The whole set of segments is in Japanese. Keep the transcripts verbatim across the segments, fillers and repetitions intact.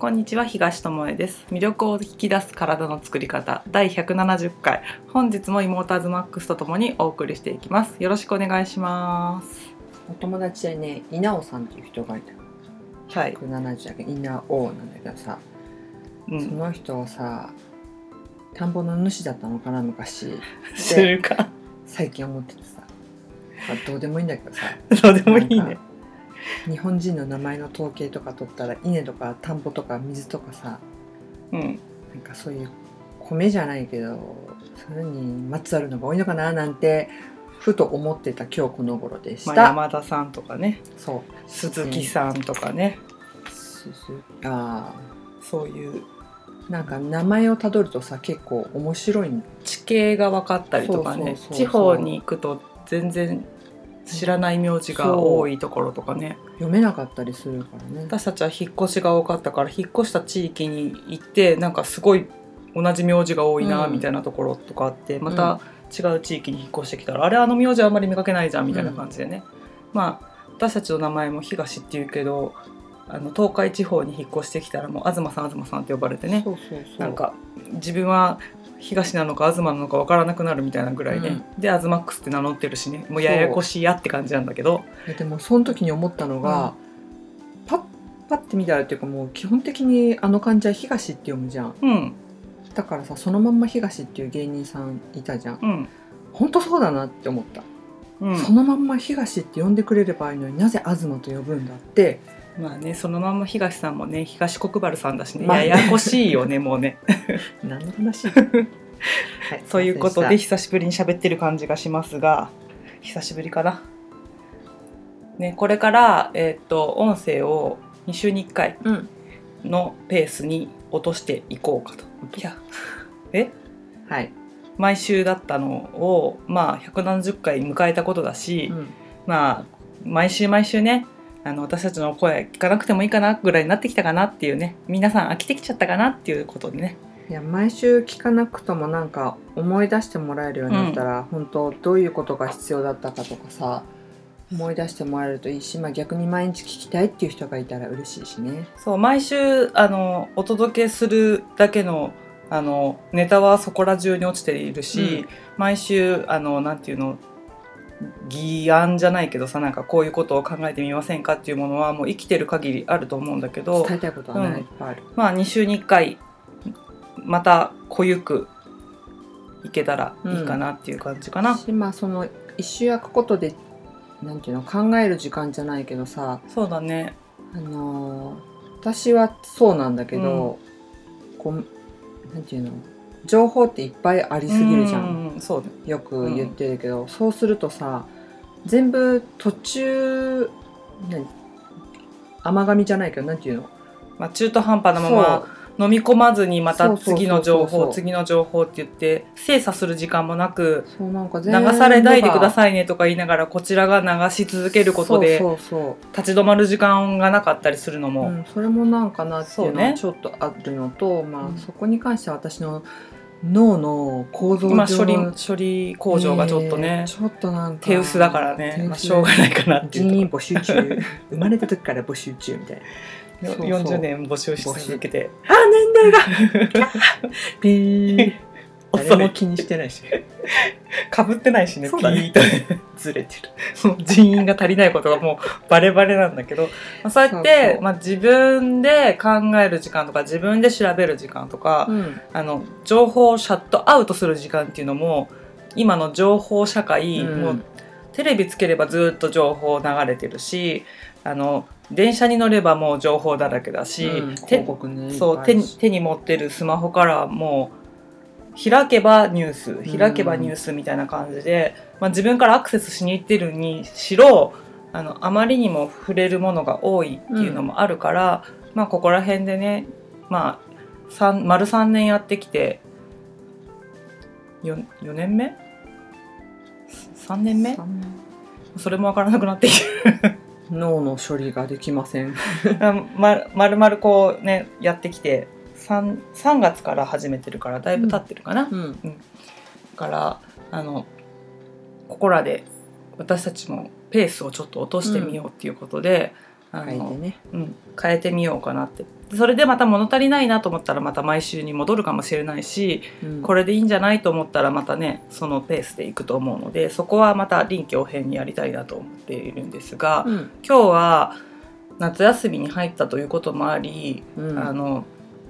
こんにちは、東智恵です。魅力を引き出す体の作り方だいひゃくななじゅっかい、本日もイモーターズマックスとともにお送りしていきます。よろしくお願いします。 お友達でね、稲尾さんっていう人がいた。 はい、 ひゃくななじゅうだけ稲尾なんだけどさ、うん、その人はさ、田んぼの主だったのかな昔。 知るか。 最近思っててさ、どうでもいいんだけどさ、 どうでもいいね。 日本人の名前の統計とか取ったら稲とか田んぼとか水とかさ、 うん、 なんかそういう米じゃないけどそれにまつわるのが多いのかななんてふと思ってた今日この頃でした。 まあ、山田さんとかね、 そう鈴木さんとかね、 あそういうなんか名前をたどるとさ結構面白い地形が分かったりとかね、地方に行くと全然知らない名字が多いところとかね、 読めなかったりするからね。 私たちは引っ越しが多かったから引っ越した地域に行ってなんかすごい同じ名字が多いなみたいなところとかあって、うん、また違う地域に引っ越してきたら、うん、あれあの名字はあんまり見かけないじゃんみたいな感じでね、うん、まあ私たちの名前も東っていうけど、あの東海地方に引っ越してきたらもう東さん東さんって呼ばれてね、 そうそうそう、 なんか自分は東なのか東なのか分からなくなるみたいなぐらいね、うん、でアズマックスって名乗ってるしね、もうややこしいやって感じなんだけど、 でもその時に思ったのが、うん、パッパッて見たらっていうかもう基本的にあの漢字は東って読むじゃん、 うん、 だからさそのまんま東っていう芸人さんいたじゃん、 うん、 本当そうだなって思った、うん、そのまんま東って呼んでくれればいいのになぜ東と呼ぶんだって。 まあね、そのまんま東さんもね東国原さんだしね、まあね、ややこしいよねもうね何の話はい、 ということで久しぶりに喋ってる感じがしますが、久しぶりかな、ね、これから、えー、っと音声をにしゅうにいっかいのペースに落としていこうかと、うん、いやえ、 はい、 毎週だったのを、まあ、ひゃくななじゅっかい迎えたことだし、うん、まあ毎週毎週ねあの私たちの声聞かなくてもいいかなぐらいになってきたかなっていうね、皆さん飽きてきちゃったかなっていうことでね、 いや毎週聞かなくともなんか思い出してもらえるようになったら、うん、本当どういうことが必要だったかとかさ思い出してもらえるといいし、まあ、逆に毎日聞きたいっていう人がいたら嬉しいしね。 そう毎週あのお届けするだけのあのネタはそこら中に落ちているし、うん、毎週あのなんていうの議案じゃないけどさ、なんかこういうことを考えてみませんかっていうものはもう生きてる限りあると思うんだけど、 伝えたいことはね、うん、いっぱいある。 まあにしゅうにいっかいまた濃ゆくいけたらいいかなっていう感じかな、 うん、まあその一週空くことでなんていうの考える時間じゃないけどさ、 そうだね、 あのー、私はそうなんだけど、うん、こうなんていうの情報っていっぱいありすぎるじゃん、 うんうん、そうよく言ってるけど、うん、そうするとさ全部途中甘噛みじゃないけどなんていうの、 まあ、中途半端なまま飲み込まずにまた次の情報次の情報って言って精査する時間もなく、 そうなんか流されないでくださいねとか言いながらこちらが流し続けることでそうそうそう立ち止まる時間がなかったりするのも、 うん、それもなんかなっていうのはちょっとあるのと、ね、まあ、うん、そこに関しては私の脳の構造上の処理、処理工場がちょっとね、 えー、ちょっとなんか手薄だからね、まあ、しょうがないかなっていう人員募集中生まれた時から募集中みたいなそうそうよんじゅうねん募集し続けてあ年齢がピー誰も気にしてないしかぶってないしね、 ピーとずれてる人員が足りないことがもうバレバレなんだけど、まあ、そうやって、そうそう、まあ、自分で考える時間とか自分で調べる時間とか、うん、あの情報をシャットアウトする時間っていうのも今の情報社会、うん、もうテレビつければずっと情報流れてるし、あの電車に乗ればもう情報だらけだし、うん、 広告ね、 そう手に、手に持ってるスマホからもう開けばニュース開けばニュースみたいな感じで、うんまあ、自分からアクセスしに行ってるにしろ あのあまりにも触れるものが多いっていうのもあるから、うんまあ、ここら辺でね、まあ、丸さんねんやってきて 4, よねんめさんねんめそれも分からなくなってきて脳の処理ができませんま, まるまるこうねやってきて 3, さんがつから始めてるからだいぶ経ってるかな、うんうんうん、だからあのここらで私たちもペースをちょっと落としてみようっていうことで、 あの変えてね、 うん、変えてみようかなって。それでまた物足りないなと思ったらまた毎週に戻るかもしれないし、うん、これでいいんじゃないと思ったらまたねそのペースでいくと思うので、そこはまた臨機応変にやりたいなと思っているんですが、うん、今日は夏休みに入ったということもあり、うん、あの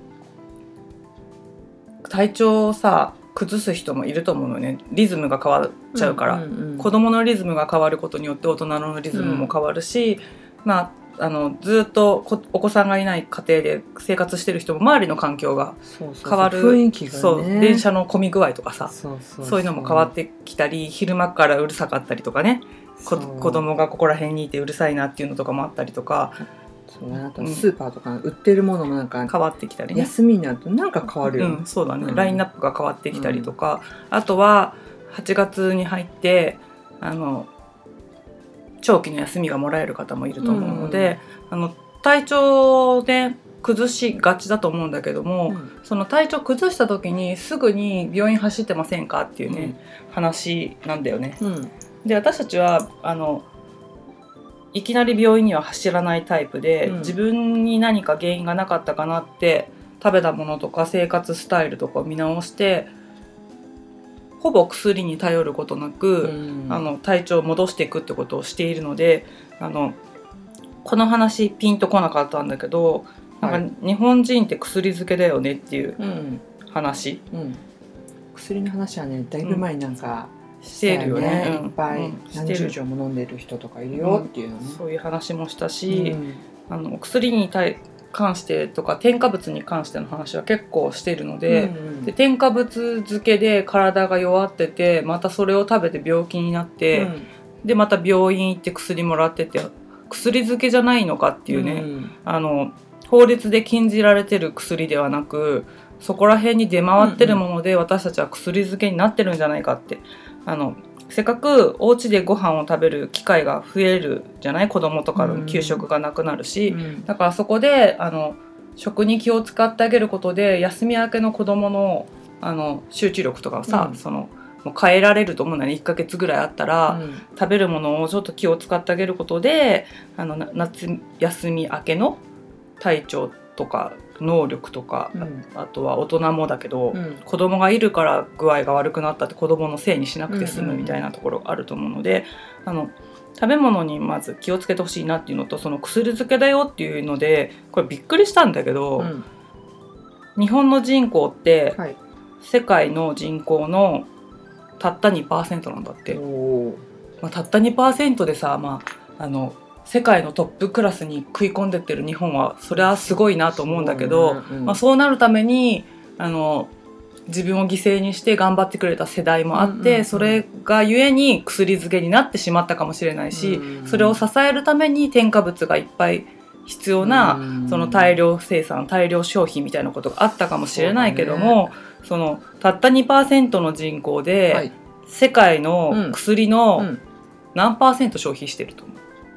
体調をさ崩す人もいると思うのね。リズムが変わっちゃうから、うんうんうん、子供のリズムが変わることによって大人のリズムも変わるし、うん、まああのずっとお子さんがいない家庭で生活してる人も周りの環境が変わる。 そうそうそう、雰囲気がね、 そう電車の混み具合とかさ、そうそうそう、そういうのも変わってきたり、昼間からうるさかったりとかね、こ子供がここら辺にいてうるさいなっていうのとかもあったりとか、 そう、あとスーパーとか売ってるものもなんか変わってきたりね、 休みになるとなんか変わるよね、 うん、そうだね、うん、ラインナップが変わってきたりとか、うん、あとははちがつに入ってあの長期の休みがもらえる方もいると思うので、うん、あの体調で崩しがちだと思うんだけども、うん、その体調崩した時にすぐに病院走ってませんかっていうね、うん、話なんだよね、うん、で私たちはあのいきなり病院には走らないタイプで、うん、自分に何か原因がなかったかなって食べたものとか生活スタイルとかを見直してほぼ薬に頼ることなく、うん、あの体調を戻していくってことをしているので、あのこの話ピンとこなかったんだけど、はい、なんか日本人って薬漬けだよねっていう話、うんうん、 薬の話はねだいぶ前になんか、 うん、してるよね、 いっぱい何十錠も飲んでる人とかいるよっていうのね、 うん、そういう話もしたし、うん、あの薬に対関してとか添加物に関しての話は結構しているので、うんうん、で添加物漬けで体が弱っててまたそれを食べて病気になって、うん、でまた病院行って薬もらってて薬漬けじゃないのかっていうね、うん、あの法律で禁じられてる薬ではなくそこら辺に出回ってるもので私たちは薬漬けになってるんじゃないかって、あのせっかくお家でご飯を食べる機会が増えるじゃない、子供とかの給食がなくなるし、うん、だからそこであの食に気を使ってあげることで休み明けの子供のあの集中力とかをさ、うん、そのもう変えられると思うんだね。いっかげつぐらいあったら、うん、食べるものをちょっと気を使ってあげることであの夏休み明けの体調とか能力とか、うん、あとは大人もだけど、うん、子供がいるから具合が悪くなったって子供のせいにしなくて済むみたいなところがあると思うので、あの食べ物にまず気をつけてほしいなっていうのと、その薬漬けだよっていうのでこれびっくりしたんだけど、うん、日本の人口って、はい、世界の人口のたった にパーセント なんだって。まあ、たった にパーセント でさ、まあ、あの世界のトップクラスに食い込んでってる日本はそれはすごいなと思うんだけど、ね、うんまあ、そうなるためにあの自分を犠牲にして頑張ってくれた世代もあって、うんうんうん、それがゆえに薬漬けになってしまったかもしれないし、うんうん、それを支えるために添加物がいっぱい必要な、うん、その大量生産大量消費みたいなことがあったかもしれないけども、 そ,、ね、そのたった にパーセント の人口で、はい、世界の薬の何パーセント消費してると思う？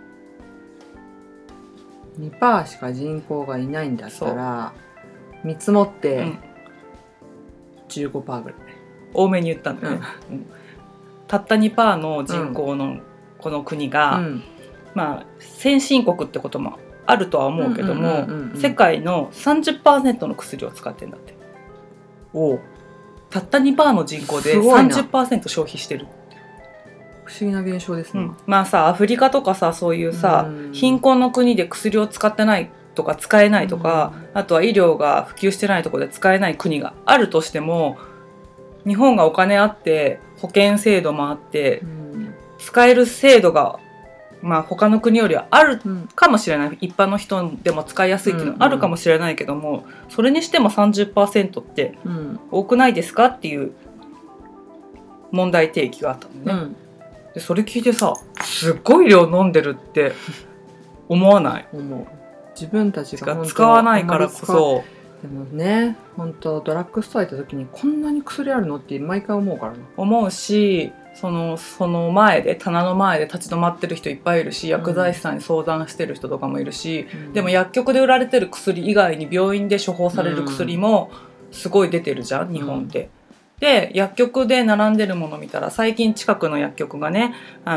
にパーセント しか人口がいないんだったら見積もってじゅうごパーセントぐらい、 多めに言ったんだよね、うん、たった にパーセント の人口のこの国が、うん、まあ先進国ってこともあるとは思うけども、世界の さんじゅっパーセント の薬を使ってんだって。おたった にパーセント の人口で さんじゅっパーセント 消費してる。 不思議な現象ですね、うん、 まあさアフリカとかさそういうさ、うん、貧困の国で薬を使ってないとか使えないとか、うん、あとは医療が普及してないところで使えない国があるとしても、日本がお金あって保険制度もあって、うん、使える制度が、まあ、他の国よりはあるかもしれない、うん、一般の人でも使いやすいっていうのはあるかもしれないけども、うんうん、それにしても さんじゅっパーセント って多くないですかっていう問題提起があったのね、うん、でそれ聞いてさすっごい量飲んでるって思わない？ 思う。自分たちが使わないからこそ。 でもね、本当ドラッグストア行った時にこんなに薬あるのって毎回思うからね。 思うし、そのその前で棚の前で立ち止まってる人いっぱいいるし、薬剤師さんに相談してる人とかもいるし、うん、でも薬局で売られてる薬以外に病院で処方される薬もすごい出てるじゃん、日本って。うん、で薬局で並んでるもの見たら最近近くの薬局がね、あの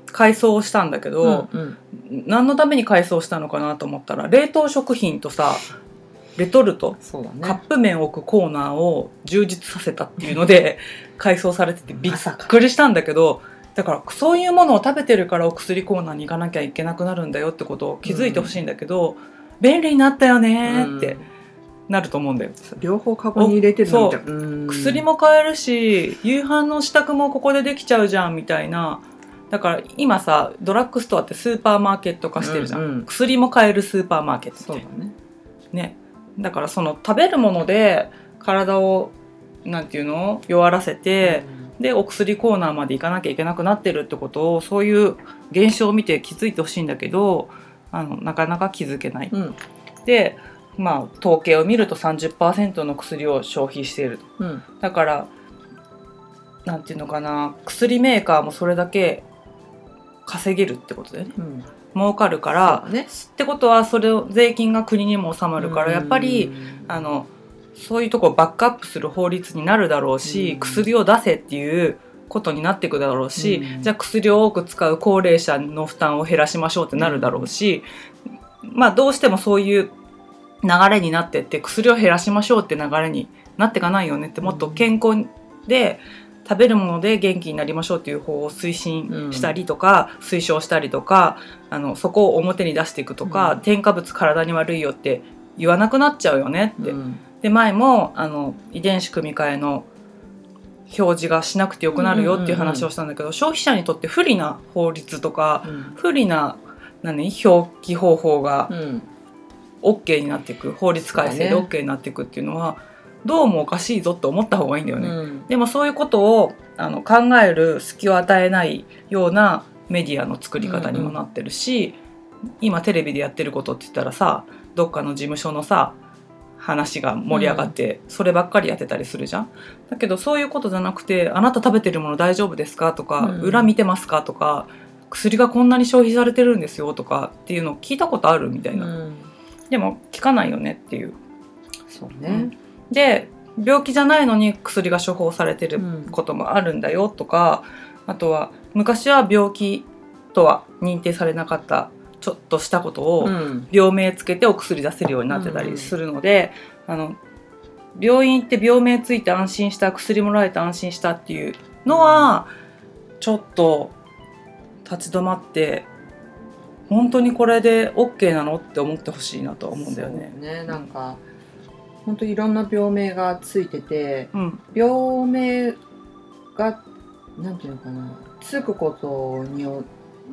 改装したんだけど、うんうん、何のために改装したのかなと思ったら冷凍食品とさレトルト、そうだね、カップ麺を置くコーナーを充実させたっていうので改装されててびっくりしたんだけど、だからそういうものを食べてるからお薬コーナーに行かなきゃいけなくなるんだよってことを気づいてほしいんだけど、うん、便利になったよねってなると思うんだよ。 両方カゴに入れてるのみたいな。 そう薬も買えるし夕飯の支度もここでできちゃうじゃんみたいな。だから今さドラッグストアってスーパーマーケット化してるじゃん、うんうん、薬も買えるスーパーマーケットみたいな。そうだね。ね。だからその食べるもので体をなんていうの弱らせて、うん、でお薬コーナーまで行かなきゃいけなくなってるってことをそういう現象を見て気づいてほしいんだけどあのなかなか気づけない、うん、でまあ統計を見ると さんじゅっパーセント の薬を消費していると、うん、だからなんていうのかな薬メーカーもそれだけ稼げるってことだよね、うん儲かるから、ね、ってことはそれを税金が国にも納まるからやっぱりあのそういうとこをバックアップする法律になるだろうし薬を出せっていうことになっていくだろうしじゃあ薬を多く使う高齢者の負担を減らしましょうってなるだろうしまあどうしてもそういう流れになってって薬を減らしましょうって流れになっていかないよねってもっと健康で食べるもので元気になりましょうっていう方を推進したりとか、うん、推奨したりとかあのそこを表に出していくとか、うん、添加物体に悪いよって言わなくなっちゃうよねって、うん、で前もあの遺伝子組み換えの表示がしなくてよくなるよっていう話をしたんだけど、うんうんうん、消費者にとって不利な法律とか、うん、不利な何表記方法が OK になっていく法律改正で OK になっていくっていうのはどうもおかしいぞって思った方がいいんだよね、うん、でもそういうことをあの考える隙を与えないようなメディアの作り方にもなってるし、うんうん、今テレビでやってることって言ったらさどっかの事務所のさ話が盛り上がってそればっかりやってたりするじゃん。だけどそういうことじゃなくてあなた食べてるもの大丈夫ですかとか、うん、裏見てますかとか薬がこんなに消費されてるんですよとかっていうのを聞いたことあるみたいな、うん、でも聞かないよねっていう。 そうね、 うんで病気じゃないのに薬が処方されてることもあるんだよとか、うん、あとは昔は病気とは認定されなかったちょっとしたことを病名つけてお薬出せるようになってたりするので、うん、あの病院行って病名ついて安心した薬もらえて安心したっていうのはちょっと立ち止まって本当にこれで OK なのって思ってほしいなと思うんだよね。 そうね、なんか本当いろんな病名がついてて、うん、病名がなんていうのかなつくことによって、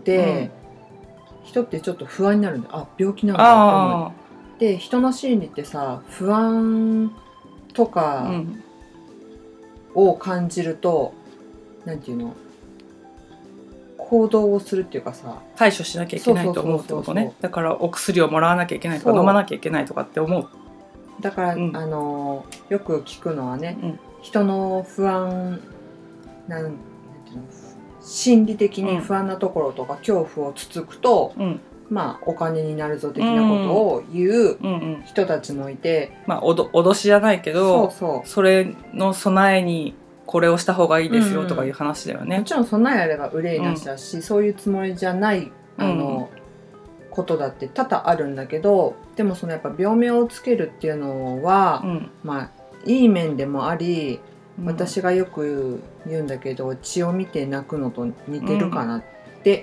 うん、人ってちょっと不安になるんだ。あ、病気なんだって思う。で、人の心理ってさ不安とかを感じると、うん、なんていうの行動をするっていうかさ対処しなきゃいけないと思うってことね。だからお薬をもらわなきゃいけないとか飲まなきゃいけないとかって思う。 だから、うん、あのよく聞くのはね、うん、人の不安なん、なんていうの心理的に不安なところとか、うん、恐怖をつつくと、うん、まあお金になるぞ的なことを言う人たちもいて、 うんうん、まあおど脅しじゃないけど そうそうそれの備えにこれをした方がいいですよとかいう話だよね、うんうん、 もちろん備えあれば憂いなしだし、うん、そういうつもりじゃないあの、うんことだって多々あるんだけどでもそのやっぱ病名をつけるっていうのは、うん、まあいい面でもあり、うん、私がよく言うんだけど血を見て泣くのと似てるかなって、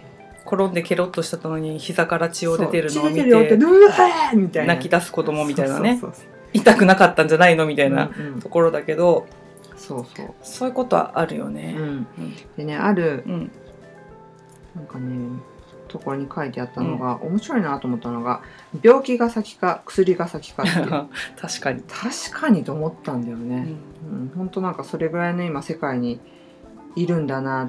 うん、転んでケロッとしたのに膝から血を出てるのを見てみたいな泣き出す子供みたいなねそうそうそう痛くなかったんじゃないのみたいなところだけど、 うんうん、そうそうそういうことはあるよね、 うんうん、でねある、うん、なんかねところに書いてあったのが、うん、面白いなと思ったのが病気が先か薬が先かっていう確かに確かにと思ったんだよね、うんうん、本当なんかそれぐらいの今世界にいるんだなって、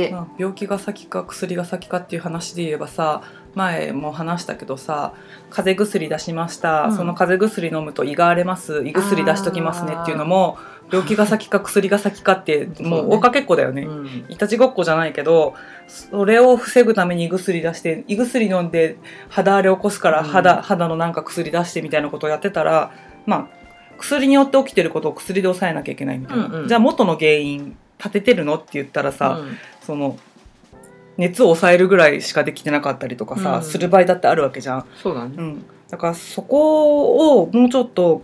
まあ、病気が先か薬が先かっていう話で言えばさ前も話したけどさ風邪薬出しました、うん、その風邪薬飲むと胃が荒れます胃薬出しときますねっていうのも病気が先か薬が先かってもう追っかけっこだよね、うん、いたちごっこじゃないけどそれを防ぐために胃薬出して胃薬飲んで肌荒れ起こすから肌、うん、肌のなんか薬出してみたいなことをやってたらまあ薬によって起きてることを薬で抑えなきゃいけないみたいな、うんうん、じゃあ元の原因立ててるのって言ったらさ、うん、その熱を抑えるぐらいしかできてなかったりとかさ、うん、する場合だってあるわけじゃん。 そうだね、 うん、だからそこをもうちょっと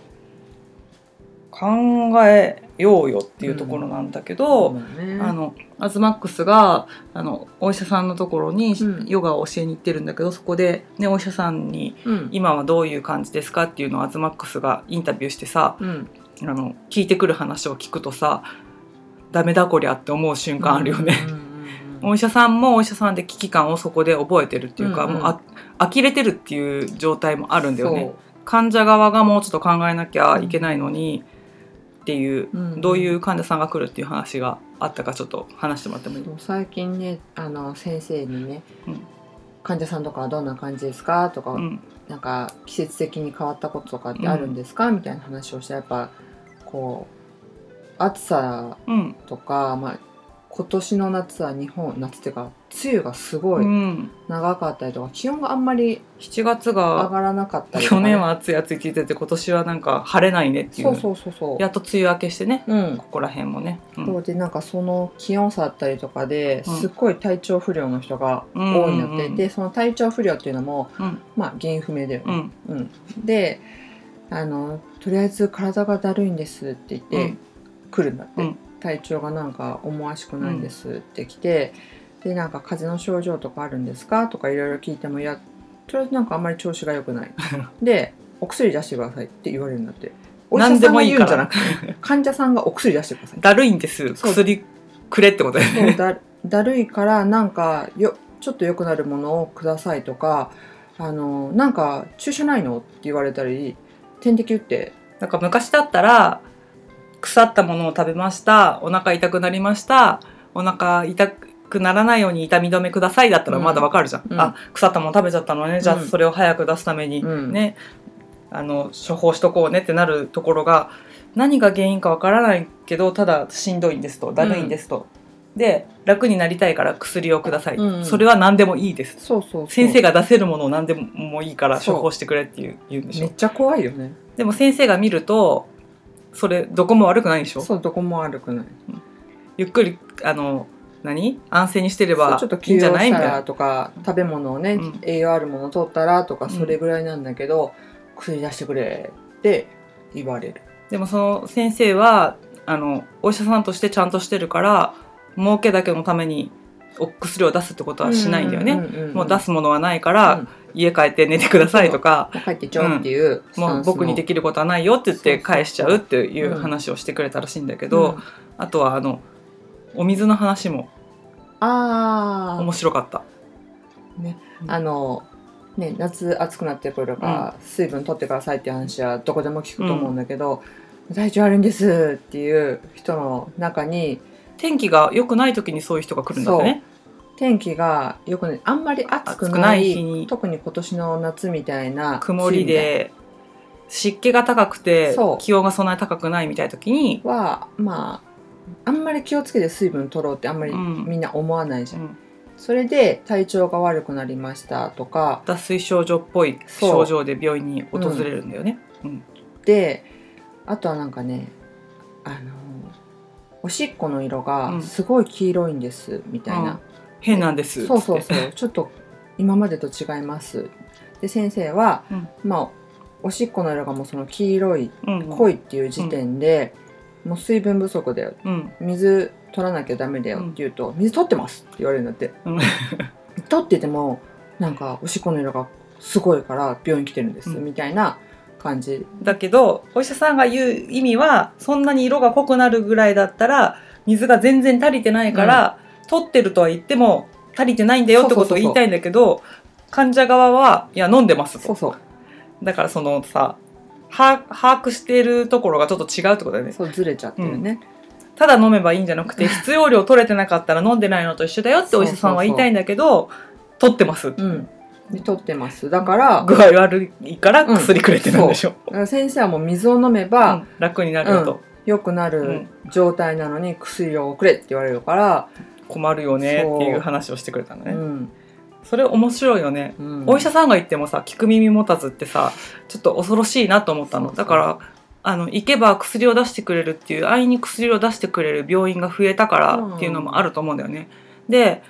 考えようよっていうところなんだけど、うんね、あのアズマックスがあのお医者さんのところにヨガを教えに行ってるんだけど、そこで、ね、お医者さんに、うん、今はどういう感じですかっていうのをアズマックスがインタビューしてさ、うん、あの聞いてくる話を聞くとさ、ダメだこりゃって思う瞬間あるよね、うんうんうん、お医者さんもお医者さんで危機感をそこで覚えてるっていうか、うんうん、もうあ呆れてるっていう状態もあるんだよね。患者側がもうちょっと考えなきゃいけないのに、うんっていう、うんうん、どういう患者さんが来るっていう話があったかちょっと話してもらってもいい？ 最近ねあの先生にね、うん、患者さんとかはどんな感じですかとか、うん、なんか季節的に変わったこととかってあるんですか、うん、みたいな話をして、やっぱこう暑さとか、うん、まあ、今年の夏は日本夏っていうか梅雨がすごい長かったりとか、うん、気温があんまりしちがつが上がらなかったりとか、 ね、去年は暑い暑いって言ってて今年はなんか晴れないねっていう、 そうそうそうそう、 やっと梅雨明けしてね、うん、ここら辺もね、 うん、そうでなんかその気温差だったりとかですっごい体調不良の人が多いんだって、うんうんうん、でその体調不良っていうのも、うん、まあ原因不明だよね、うんうん、であのとりあえず体がだるいんですって言って、うん、来るんだって、うん、体調がなんか思わしくないんですって来て、うん、でなんか風邪の症状とかあるんですかとかいろいろ聞いても、いやとりあえずなんかあんまり調子が良くないでお薬出してくださいって言われるんだって。お医者さんが言うんじゃなくて患者さんがお薬出してください。 だるいんです薬くれってことだよね。 だ, だるいからなんかよちょっと良くなるものをくださいとか、あのなんか注射ないのって言われたり、点滴打って、 なんか昔だったら腐ったものを食べました、お腹痛くなりました、お腹痛くならないように痛み止めくださいだったらまだわかるじゃん、うん、あ腐ったもの食べちゃったのね、じゃあそれを早く出すためにね、うん、あの処方しとこうねってなるところが、何が原因かわからないけどただしんどいんですと、だるいんですと、うん、で楽になりたいから薬をください、うんうん、それは何でもいいです、 そうそうそう、 先生が出せるものを何でもいいから処方してくれっていう言うんでしょ。 めっちゃ怖いよね。 でも先生が見るとそれどこも悪くないでしょ。 そう、どこも悪くない、 うん、ゆっくりあの何安静にしてればいいんじゃないみたいなとか、食べ物をね、うん、栄養あるものを取ったらとかそれぐらいなんだけど、うん、薬出してくれって言われる。 でもその先生はあのお医者さんとしてちゃんとしてるから儲けだけのためにお薬を出すってことはしないんだよね、うんうんうんうん、もう出すものはないから、うん、家帰って寝てくださいとか、 帰ってちょっていうスタンスの、うん、もう僕にできることはないよって言って返しちゃうっていう話をしてくれたらしいんだけど、うん、あとはあのお水の話も面白かった、 ね、あのね、夏暑くなってくるから、うん、水分取ってくださいっていう話はどこでも聞くと思うんだけど、うん、体調悪いんですっていう人の中に天気が良くない時にそういう人が来るんだってね。 天気が良くない、あんまり暑くない、ない日に特に今年の夏みたいな曇りで湿気が高くて気温がそんなに高くないみたいな時にはまああんまり気をつけて水分取ろうってあんまりみんな思わないじゃん、うん、それで体調が悪くなりましたとか脱水症状っぽい症状で病院に訪れるんだよね、うんうん、 であとはなんかね、あのおしっこの色がすごい黄色いんですみたいな、うん、 変なんですそうそうそうちょっと今までと違いますで先生は、うん、まあおしっこの色がもうその黄色い、うんうん、濃いっていう時点で、うん、もう水分不足だよ、うん、水取らなきゃダメだよって言うと、うん、水取ってますって言われるんだって、うん、取っててもなんかおしっこの色がすごいから病院来てるんです、うん、みたいな感じだけど、お医者さんが言う意味はそんなに色が濃くなるぐらいだったら水が全然足りてないから、うん、取ってるとは言っても足りてないんだよってことを言いたいんだけど、そうそうそうそう、患者側はいや飲んでますと。 そうそう、 だからそのさ把握しているところがちょっと違うってことだよね。 そうずれちゃってるね、 うん、ただ飲めばいいんじゃなくて必要量取れてなかったら飲んでないのと一緒だよってお医者さんは言いたいんだけど、取ってます、うん、 で取ってます。だから具合悪いから薬くれてるんでしょ、 うん、先生はもう水を飲めば、うん、 楽になると、うん、 良くなる状態なのに薬をくれって言われるから困るよねっていう話をしてくれたのね、うん、それ面白いよね、うん、お医者さんが言ってもさ聞く耳持たずってさちょっと恐ろしいなと思ったの。だからあの行けば薬を出してくれるっていう、安易に薬を出してくれる病院が増えたからっていうのもあると思うんだよね、うん、で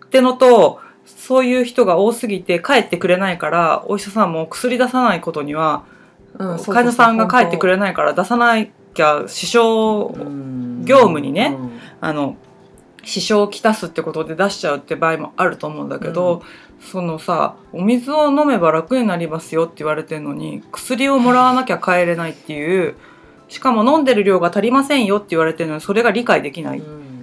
ってのと、そういう人が多すぎて帰ってくれないから、お医者さんも薬出さないことには、うん、患者さんが帰ってくれないから出さなきゃ支障、業務にね、うん、あの支障をきたすってことで出しちゃうって場合もあると思うんだけど、うん、そのさ、お水を飲めば楽になりますよって言われてるのに薬をもらわなきゃ帰れないっていう、しかも飲んでる量が足りませんよって言われてるのにそれが理解できない、うん、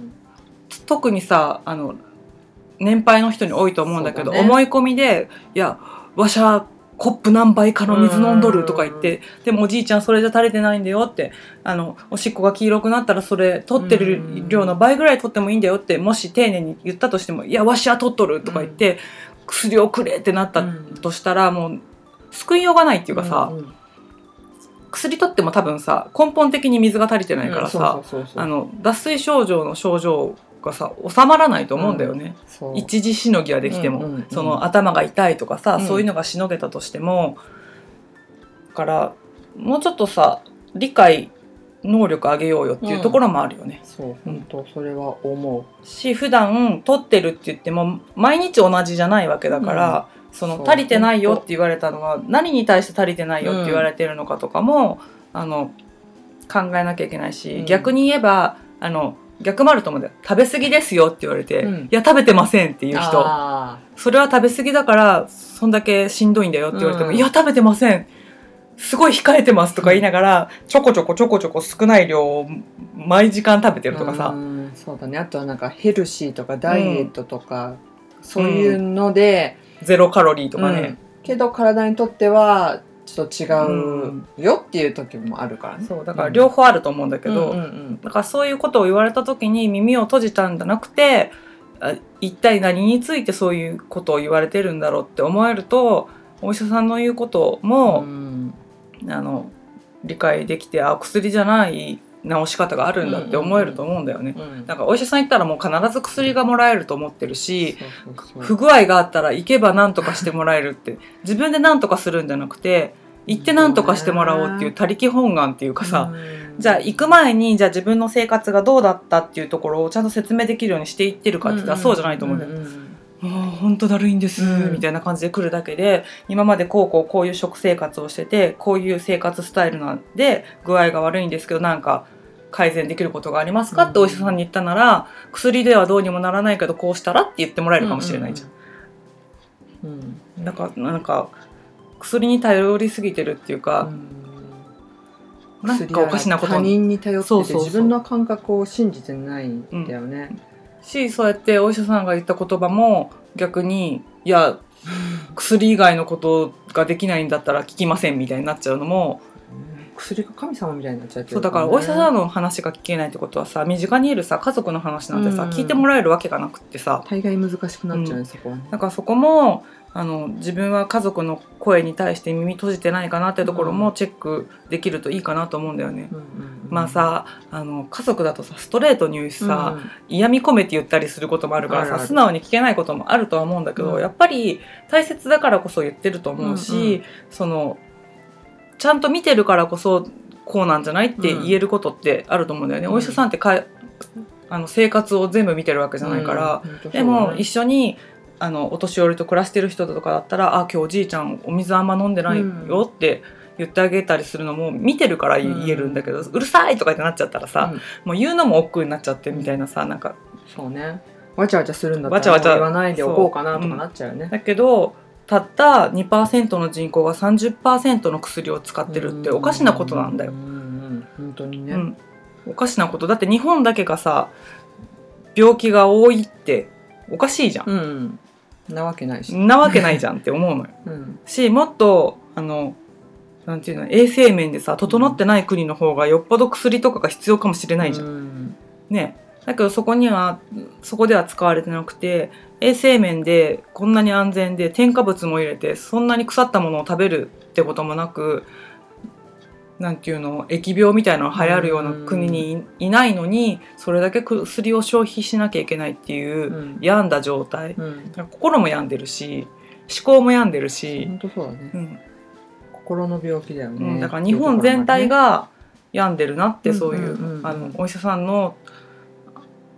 特にさ、あの年配の人に多いと思うんだけど、ね、思い込みで、いやわしゃコップ何杯かの水飲んどるとか言って、でもおじいちゃんそれじゃ足りてないんだよって、あのおしっこが黄色くなったらそれ取ってる量の倍ぐらい取ってもいいんだよってもし丁寧に言ったとしても、いやわしは取っとるとか言って、うん、薬をくれってなったとしたら、もう救いようがないっていうかさ、うんうん、薬取っても多分さ根本的に水が足りてないからさ、あの脱水症状の症状がさ収まらないと思うんだよね、うん、一時しのぎはできても、うんうんうん、その頭が痛いとかさ、うん、そういうのがしのげたとしても、だからもうちょっとさ理解能力上げようよっていうところもあるよね、 うん、そう本当それは思うし、普段取ってるって言っても毎日同じじゃないわけだから、うん、その足りてないよって言われたのは何に対して足りてないよって言われてるのかとかも、うん、あの考えなきゃいけないし、うん、逆に言えばあの逆もあると思うんだよ。食べ過ぎですよって言われて、うん、いや食べてませんっていう人、それは食べ過ぎだからそんだけしんどいんだよって言われても、うん、いや食べてません、すごい控えてますとか言いながら、うん、ちょこちょこちょこちょこ少ない量を毎時間食べてるとかさ、 うん、そうだね。あとはなんかヘルシーとかダイエットとか、うん、そういうので、 うん、ゼロカロリーとかね、うん、 けど体にとってはちょっと違うよっていう時もあるからね。 そうだから両方あると思うんだけど、うんうんうん、だからそういうことを言われた時に耳を閉じたんじゃなくて、一体何についてそういうことを言われてるんだろうって思えると、お医者さんの言うことも、うん、あの理解できて、あ薬じゃない治し方があるんだって思えると思うんだよね、うんうんうん、なんかお医者さん行ったらもう必ず薬がもらえると思ってるし、そうそうそう、不具合があったら行けば何とかしてもらえるって自分で何とかするんじゃなくて行って何とかしてもらおうっていう他力本願っていうかさ、うん、じゃあ行く前にじゃあ自分の生活がどうだったっていうところをちゃんと説明できるようにしていってるかって言ったらそうじゃないと思うんだよ、うんうんうん、もう本当だるいんです、うん、みたいな感じで来るだけで、今までこうこうこういう食生活をしててこういう生活スタイルなんで具合が悪いんですけどなんか改善できることがありますかってお医者さんに言ったなら、うん、薬ではどうにもならないけどこうしたらって言ってもらえるかもしれないじゃん、うんうん、だからなんか薬に頼りすぎてるっていうか、うん、なんかおかしなこと他人に頼っててそうそうそう自分の感覚を信じてないんだよね、うんし、そうやってお医者さんが言った言葉も逆にいや薬以外のことができないんだったら聞きませんみたいになっちゃうのも、 薬が神様みたいになっちゃってる、ね、 そうだからお医者さんの話が聞けないってことはさ、身近にいるさ家族の話なんてさ、うん、聞いてもらえるわけがなくってさ、 大概難しくなっちゃうね、うん、そこはね。 だからそこもあの自分は家族の声に対して耳閉じてないかなってところもチェックできるといいかなと思うんだよね、うんうんうん、まあさあの家族だとさストレートに言うしさ、うん、嫌味込めて言ったりすることもあるからさ、あるある素直に聞けないこともあるとは思うんだけど、うん、やっぱり大切だからこそ言ってると思うし、うんうん、そのちゃんと見てるからこそこうなんじゃないって言えることってあると思うんだよね、うん、お医者さんってかあの生活を全部見てるわけじゃないから、うん、でも一緒にあのお年寄りと暮らしてる人とかだったら、あ今日おじいちゃんお水あんま飲んでないよって言ってあげたりするのも見てるから言えるんだけど、うん、うるさいとかってなっちゃったらさ、うん、もう言うのも億劫になっちゃってみたいなさ、なんかそうねわちゃわちゃするんだったら言わないでおこうかなとかなっちゃうよね、 うん、だけどたった にパーセント の人口が さんじゅっパーセント の薬を使ってるっておかしなことなんだよ、うんうんうん、 本当にね、 うん、おかしなことだって日本だけがさ病気が多いっておかしいじゃん、 うんなわけないしなわけないじゃんって思うのよ、うん、しもっとあのなんていうの衛生面でさ整ってない国の方がよっぽど薬とかが必要かもしれないじゃん、うん、ねだけどそこにはそこでは使われてなくて衛生面でこんなに安全で添加物も入れてそんなに腐ったものを食べるってこともなくなんていうの疫病みたいなのが流行るような国にいないのにそれだけ薬を消費しなきゃいけないっていう病んだ状態、うん、心も病んでるし思考も病んでるし本当そうだね、うん、心の病気だよね、 うん、だから日本全体が病んでるなってそういう、うんうんうんうん、あのお医者さんの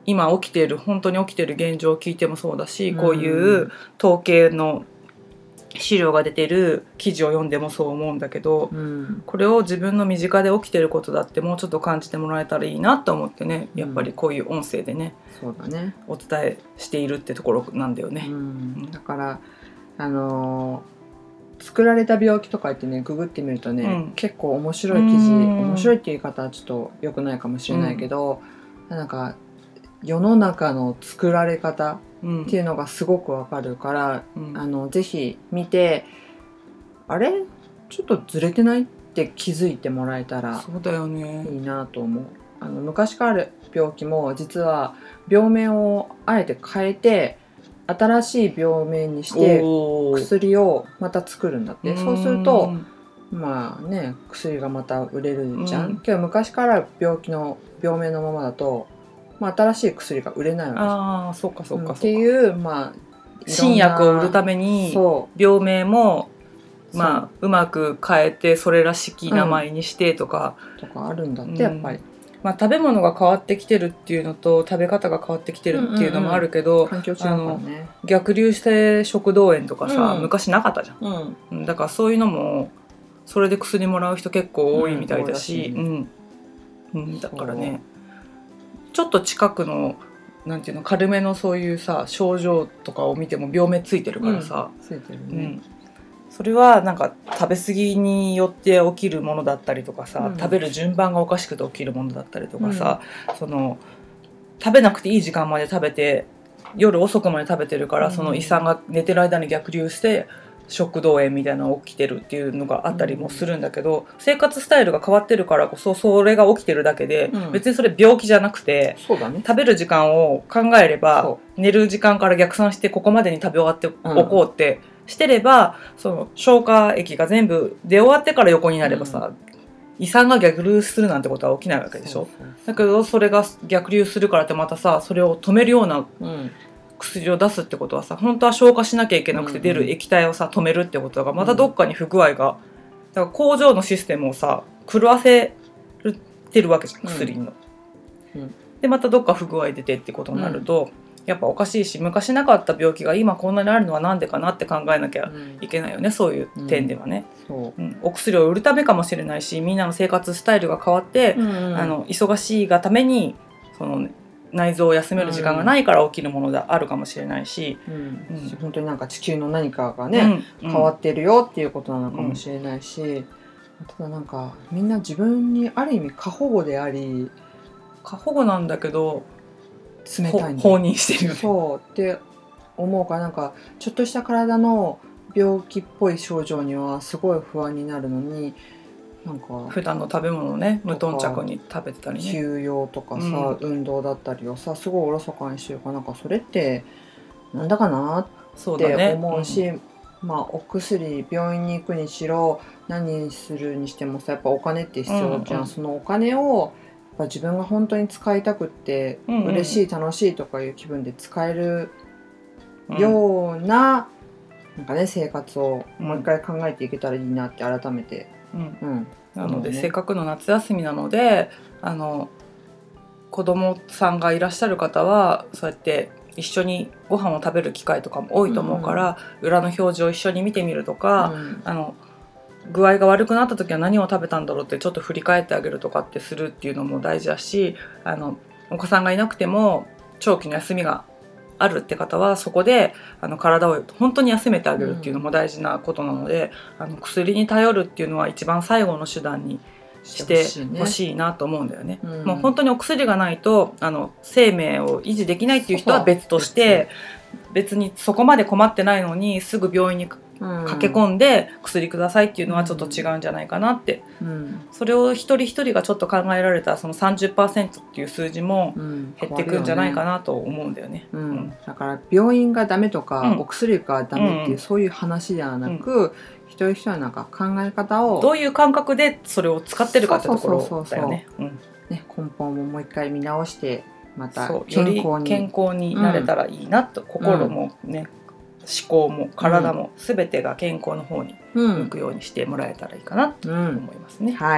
今起きている本当に起きている現状を聞いてもそうだし、こういう統計の資料が出てる記事を読んでもそう思うんだけど、うん、これを自分の身近で起きてることだってもうちょっと感じてもらえたらいいなと思ってね、やっぱりこういう音声でね、 うん、そうだね、 お伝えしているってところなんだよね、 うんうん、だからあのー、作られた病気とか言ってねググってみるとね、うん、結構面白い記事、面白いっていう言い方はちょっと良くないかもしれないけど、うん、なんか世の中の作られ方っていうのがすごくわかるから、うん、あのぜひ見て、あれちょっとずれてないって気づいてもらえたらそうだよね、 いいなと思う。あの昔からある病気も実は病名をあえて変えて新しい病名にして薬をまた作るんだって。そうするとまあね薬がまた売れるじゃん、うん、けど昔から病気の病名のままだとまあ、新しい薬が売れないわけです。 ああ、そうかそうかそうか。 っていう、まあ、 新薬を売るために病名もまあうまく変えてそれらしき名前にしてとか、 うん、とかあるんだって、やっぱり。 まあ、食べ物が変わってきてるっていうのと食べ方が変わってきてるっていうのもあるけど、 環境違うからね。 逆流性食道炎とかさ、うん、昔なかったじゃん、うん、だからそういうのもそれで薬もらう人結構多いみたいだし、うんうん、だからねちょっと近くのなんていうの軽めのそういうさ症状とかを見ても病名ついてるからさ、 うん、ついてるね、 うん、それはなんか食べ過ぎによって起きるものだったりとかさ、うん、食べる順番がおかしくて起きるものだったりとかさ、うん、その食べなくていい時間まで食べて夜遅くまで食べてるから、うん、その胃酸が寝てる間に逆流して食道炎みたいなのが起きてるっていうのがあったりもするんだけど、うん、生活スタイルが変わってるからこそそれが起きてるだけで、うん、別にそれ病気じゃなくて、 そうだね、 食べる時間を考えれば寝る時間から逆算してここまでに食べ終わっておこうってしてれば、うん、その消化液が全部出終わってから横になればさ、うん、胃酸が逆流するなんてことは起きないわけでしょ。そうそうそう、だけどそれが逆流するからってまたさそれを止めるような、うん薬を出すってことはさ本当は消化しなきゃいけなくて出る液体をさ止めるってことがまたどっかに不具合が、だから工場のシステムをさ狂わせてるわけじゃん薬の、うんうん、でまたどっか不具合出てってことになると、うん、やっぱおかしいし昔なかった病気が今こんなにあるのはなんでかなって考えなきゃいけないよね、うん、そういう点ではね、うんうん、お薬を売るためかもしれないしみんなの生活スタイルが変わって、うんうん、あの忙しいがためにその内臓を休める時間がないから起きるものであるかもしれないし、 うんうん、本当になんか地球の何かがね、うん、変わってるよっていうことなのかもしれないし、うん、ただなんかみんな自分にある意味過保護であり過保護なんだけど冷たいん放任してるよね。 そうって思うからなんかちょっとした体の病気っぽい症状にはすごい不安になるのになんか普段の食べ物をね無頓着に食べてたりね休養とかさ、うん、運動だったりをさすごいおろそかにしてるからなんかそれってなんだかなって思うし、ねうん、まあお薬病院に行くにしろ何するにしてもさやっぱお金って必要じゃん、うんうん、そのお金をやっぱ自分が本当に使いたくって、うんうん、嬉しい楽しいとかいう気分で使えるような、うん、なんかね生活をもう一回考えていけたらいいなって改めてうんうん、なので、ね、せっかくの夏休みなのであの子供さんがいらっしゃる方はそうやって一緒にご飯を食べる機会とかも多いと思うから、うん、裏の表示を一緒に見てみるとか、うん、あの具合が悪くなった時は何を食べたんだろうってちょっと振り返ってあげるとかってするっていうのも大事だしあのお子さんがいなくても長期の休みがあるって方はそこであの体を本当に休めてあげるっていうのも大事なことなので、うん、あの薬に頼るっていうのは一番最後の手段にしてほしいなと思うんだよね、うん、もう本当にお薬がないとあの生命を維持できないっていう人は別として別にそこまで困ってないのにすぐ病院に駆け込んで薬くださいっていうのはちょっと違うんじゃないかなって、うん、それを一人一人がちょっと考えられたその さんじゅっパーセント っていう数字も減っていくんじゃないかなと思うんだよね、 うんうん、だから病院がダメとか、うん、お薬がダメっていう、そういう話ではなく、一人一人なんか考え方をどういう感覚でそれを使ってるかってところだよね。 根本ももう一回見直してまた健康に健康になれたらいいなと、心もね、思考も体も全てが健康の方に向くようにしてもらえたらいいかなと思いますね、 うん、はい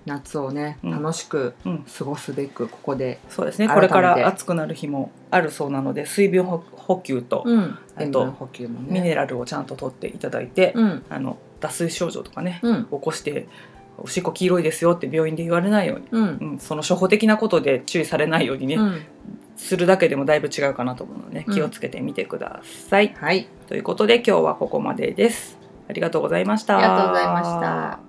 夏をね、 うん楽しく過ごすべくここで、 そうですね、これから暑くなる日もあるそうなので、水分補給と、 うん、 あ塩分補給もね、 ミネラルをちゃんと取っていただいて、 うん、 あの脱水症状とかね、 うん、 起こしておしっこ黄色いですよって病院で言われないように、 うんうん、その初歩的なことで注意されないようにね、 うん、 するだけでもだいぶ違うかなと思うので、ね、気をつけてみてください、 はい、 ということで今日はここまでです。ありがとうございました。 ありがとうございました。